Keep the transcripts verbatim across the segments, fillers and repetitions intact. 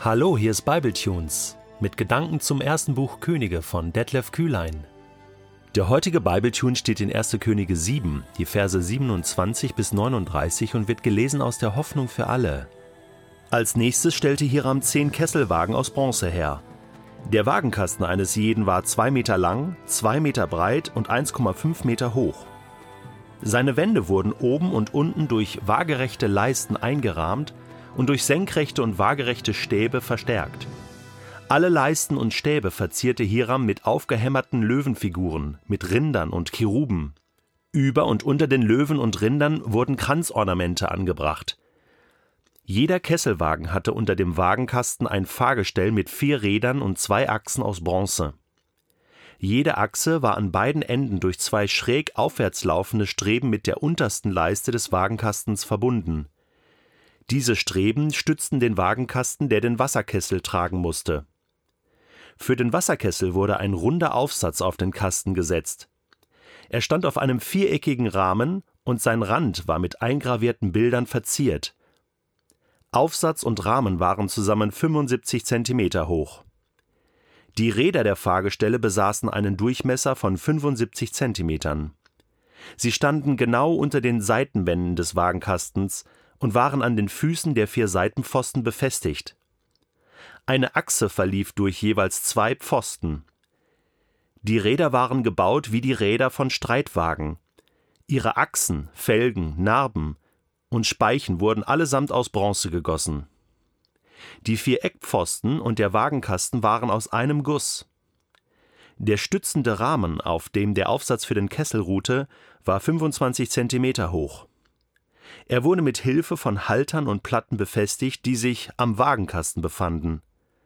Hallo, hier ist Bibletunes mit Gedanken zum ersten Buch Könige von Detlef Kühlein. Der heutige Bibletune steht in erster Könige sieben, die Verse siebenundzwanzig bis neununddreißig und wird gelesen aus der Hoffnung für alle. Als nächstes stellte Hiram zehn Kesselwagen aus Bronze her. Der Wagenkasten eines jeden war zwei Meter lang, zwei Meter breit und eins Komma fünf Meter hoch. Seine Wände wurden oben und unten durch waagerechte Leisten eingerahmt und durch senkrechte und waagerechte Stäbe verstärkt. Alle Leisten und Stäbe verzierte Hiram mit aufgehämmerten Löwenfiguren, mit Rindern und Cheruben. Über und unter den Löwen und Rindern wurden Kranzornamente angebracht. Jeder Kesselwagen hatte unter dem Wagenkasten ein Fahrgestell mit vier Rädern und zwei Achsen aus Bronze. Jede Achse war an beiden Enden durch zwei schräg aufwärts laufende Streben mit der untersten Leiste des Wagenkastens verbunden. Diese Streben stützten den Wagenkasten, der den Wasserkessel tragen musste. Für den Wasserkessel wurde ein runder Aufsatz auf den Kasten gesetzt. Er stand auf einem viereckigen Rahmen und sein Rand war mit eingravierten Bildern verziert. Aufsatz und Rahmen waren zusammen fünfundsiebzig Zentimeter hoch. Die Räder der Fahrgestelle besaßen einen Durchmesser von fünfundsiebzig Zentimetern. Sie standen genau unter den Seitenwänden des Wagenkastens und waren an den Füßen der vier Seitenpfosten befestigt. Eine Achse verlief durch jeweils zwei Pfosten. Die Räder waren gebaut wie die Räder von Streitwagen. Ihre Achsen, Felgen, Narben und Speichen wurden allesamt aus Bronze gegossen. Die vier Eckpfosten und der Wagenkasten waren aus einem Guss. Der stützende Rahmen, auf dem der Aufsatz für den Kessel ruhte, war fünfundzwanzig Zentimeter hoch. Er wurde mit Hilfe von Haltern und Platten befestigt, die sich am Wagenkasten befanden.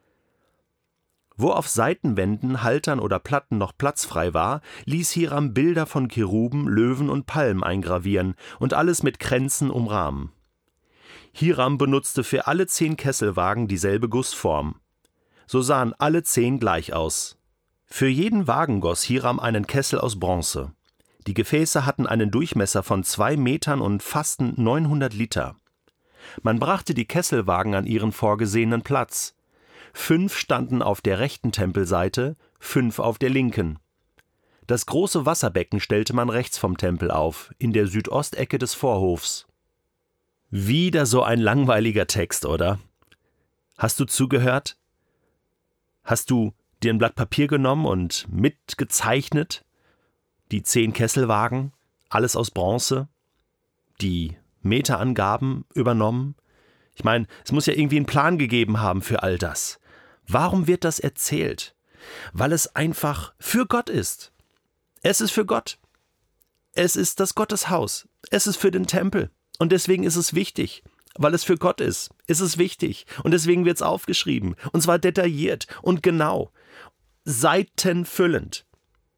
Wo auf Seitenwänden, Haltern oder Platten noch Platz frei war, ließ Hiram Bilder von Cheruben, Löwen und Palmen eingravieren und alles mit Kränzen umrahmen. Hiram benutzte für alle zehn Kesselwagen dieselbe Gussform. So sahen alle zehn gleich aus. Für jeden Wagen goss Hiram einen Kessel aus Bronze. Die Gefäße hatten einen Durchmesser von zwei Metern und fassten neunhundert Liter. Man brachte die Kesselwagen an ihren vorgesehenen Platz. Fünf standen auf der rechten Tempelseite, fünf auf der linken. Das große Wasserbecken stellte man rechts vom Tempel auf, in der Südostecke des Vorhofs. Wieder so ein langweiliger Text, oder? Hast du zugehört? Hast du dir ein Blatt Papier genommen und mitgezeichnet? Die zehn Kesselwagen, alles aus Bronze, die Meterangaben übernommen. Ich meine, es muss ja irgendwie einen Plan gegeben haben für all das. Warum wird das erzählt? Weil es einfach für Gott ist. Es ist für Gott. Es ist das Gotteshaus. Es ist für den Tempel. Und deswegen ist es wichtig. Weil es für Gott ist, ist es wichtig. Und deswegen wird es aufgeschrieben. Und zwar detailliert und genau. Seitenfüllend.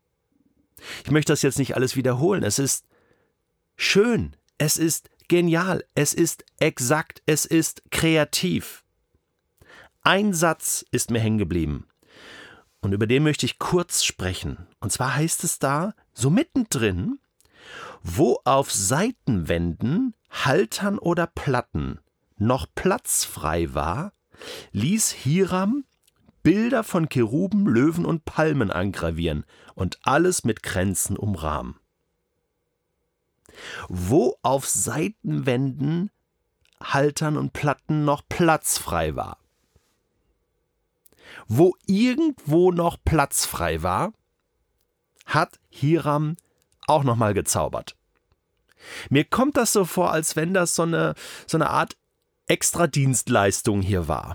Ich möchte das jetzt nicht alles wiederholen. Es ist schön, es ist genial, es ist exakt, es ist kreativ. Ein Satz ist mir hängen geblieben. Und über den möchte ich kurz sprechen. Und zwar heißt es da, so mittendrin, wo auf Seitenwänden, Haltern oder Platten noch Platz frei war, ließ Hiram Bilder von Cheruben, Löwen und Palmen eingravieren und alles mit Kränzen umrahmen. Wo auf Seitenwänden, Haltern und Platten noch Platz frei war. Wo irgendwo noch Platz frei war, hat Hiram auch nochmal gezaubert. Mir kommt das so vor, als wenn das so eine, so eine Art Extradienstleistung hier war.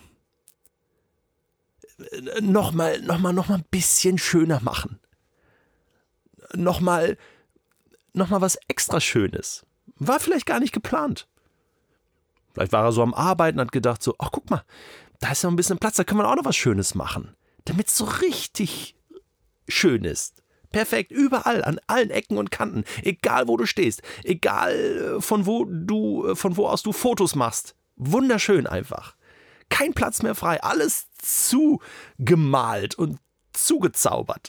Nochmal, nochmal, nochmal ein bisschen schöner machen. Nochmal, nochmal was extra Schönes. War vielleicht gar nicht geplant. Vielleicht war er so am Arbeiten und hat gedacht so, ach guck mal, da ist ja ein bisschen Platz, da können wir auch noch was Schönes machen. Damit es so richtig schön ist. Perfekt, überall, an allen Ecken und Kanten. Egal wo du stehst, egal von wo du, von wo aus du Fotos machst. Wunderschön einfach. Kein Platz mehr frei, alles zugemalt und zugezaubert.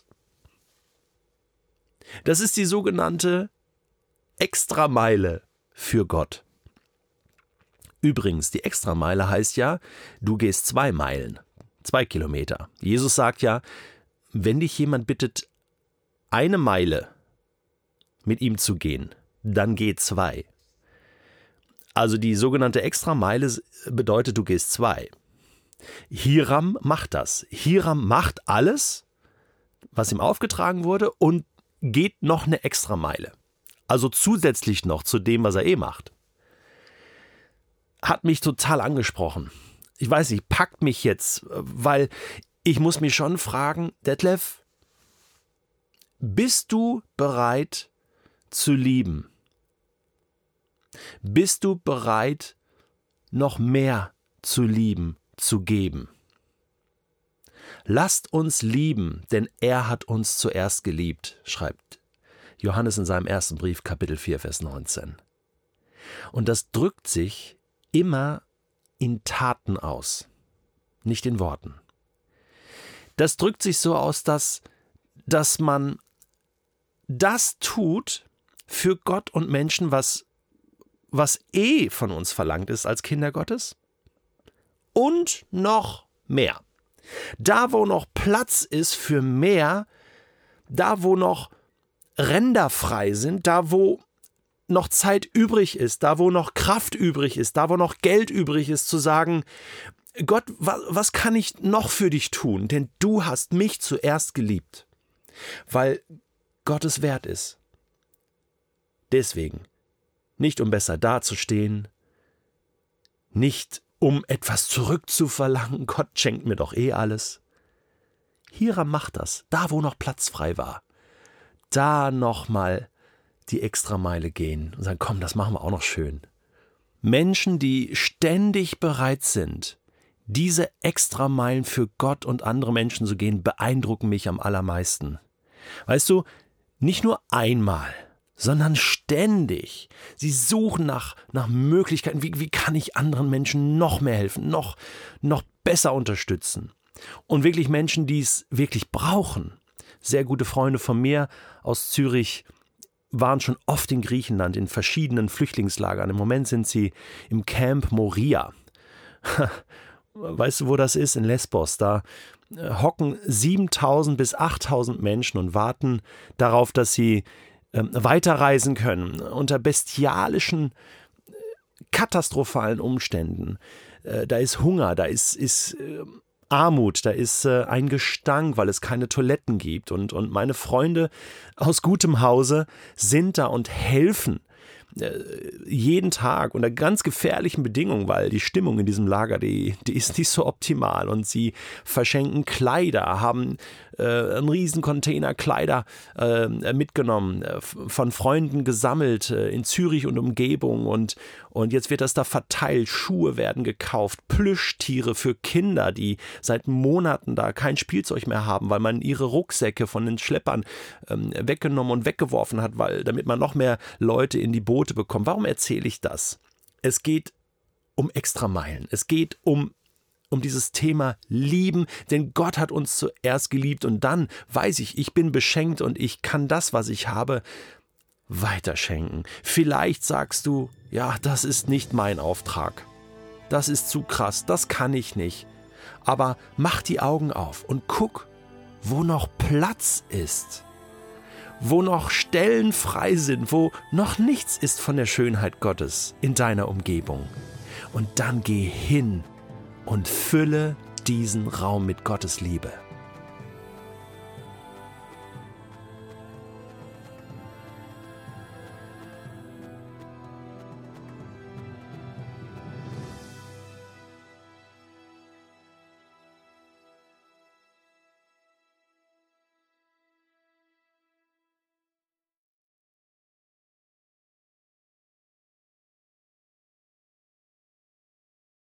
Das ist die sogenannte Extrameile für Gott. Übrigens, die Extrameile heißt ja, du gehst zwei Meilen, zwei Kilometer. Jesus sagt ja, wenn dich jemand bittet, eine Meile mit ihm zu gehen, dann geh zwei. Also die sogenannte Extrameile bedeutet, du gehst zwei. Hiram macht das. Hiram macht alles, was ihm aufgetragen wurde, und geht noch eine Extrameile. Also zusätzlich noch zu dem, was er eh macht. Hat mich total angesprochen. Ich weiß nicht, packt mich jetzt, weil ich muss mich schon fragen, Detlef, bist du bereit zu lieben? Bist du bereit, noch mehr zu lieben, zu geben? Lasst uns lieben, denn er hat uns zuerst geliebt, schreibt Johannes in seinem ersten Brief, Kapitel vier, Vers neunzehn. Und das drückt sich immer in Taten aus, nicht in Worten. Das drückt sich so aus, dass, dass man das tut für Gott und Menschen, was, was eh von uns verlangt ist als Kinder Gottes, und noch mehr. Da, wo noch Platz ist für mehr, da, wo noch Ränder frei sind, da, wo noch Zeit übrig ist, da, wo noch Kraft übrig ist, da, wo noch Geld übrig ist, zu sagen, Gott, was, was kann ich noch für dich tun? Denn du hast mich zuerst geliebt, weil Gott es wert ist. Deswegen, nicht um besser dazustehen, nicht um etwas zurückzuverlangen, Gott schenkt mir doch eh alles. Hiram macht das, da wo noch Platz frei war, da nochmal die Extrameile gehen und sagen, komm, das machen wir auch noch schön. Menschen, die ständig bereit sind, diese Extrameilen für Gott und andere Menschen zu gehen, beeindrucken mich am allermeisten. Weißt du, nicht nur einmal, sondern ständig. Sie suchen nach, nach Möglichkeiten, wie, wie kann ich anderen Menschen noch mehr helfen, noch, noch besser unterstützen. Und wirklich Menschen, die es wirklich brauchen. Sehr gute Freunde von mir aus Zürich waren schon oft in Griechenland, in verschiedenen Flüchtlingslagern. Im Moment sind sie im Camp Moria. Weißt du, wo das ist? In Lesbos. Da hocken siebentausend bis achttausend Menschen und warten darauf, dass sie äh, weiterreisen können. Unter bestialischen, katastrophalen Umständen. Äh, da ist Hunger, da ist, ist äh, Armut, da ist äh, ein Gestank, weil es keine Toiletten gibt. Und, und meine Freunde aus gutem Hause sind da und helfen jeden Tag unter ganz gefährlichen Bedingungen, weil die Stimmung in diesem Lager, die, die ist nicht so optimal, und sie verschenken Kleider, haben äh, einen riesen Container Kleider äh, mitgenommen, äh, von Freunden gesammelt äh, in Zürich und Umgebung, und, und jetzt wird das da verteilt, Schuhe werden gekauft, Plüschtiere für Kinder, die seit Monaten da kein Spielzeug mehr haben, weil man ihre Rucksäcke von den Schleppern ähm, weggenommen und weggeworfen hat, weil damit man noch mehr Leute in die Boote bekommen. Warum erzähle ich das? Es geht um Extrameilen. Es geht um, um dieses Thema Lieben, denn Gott hat uns zuerst geliebt, und dann weiß ich, ich bin beschenkt und ich kann das, was ich habe, weiterschenken. Vielleicht sagst du, ja, das ist nicht mein Auftrag. Das ist zu krass, das kann ich nicht. Aber mach die Augen auf und guck, wo noch Platz ist. Wo noch Stellen frei sind, wo noch nichts ist von der Schönheit Gottes in deiner Umgebung. Und dann geh hin und fülle diesen Raum mit Gottes Liebe.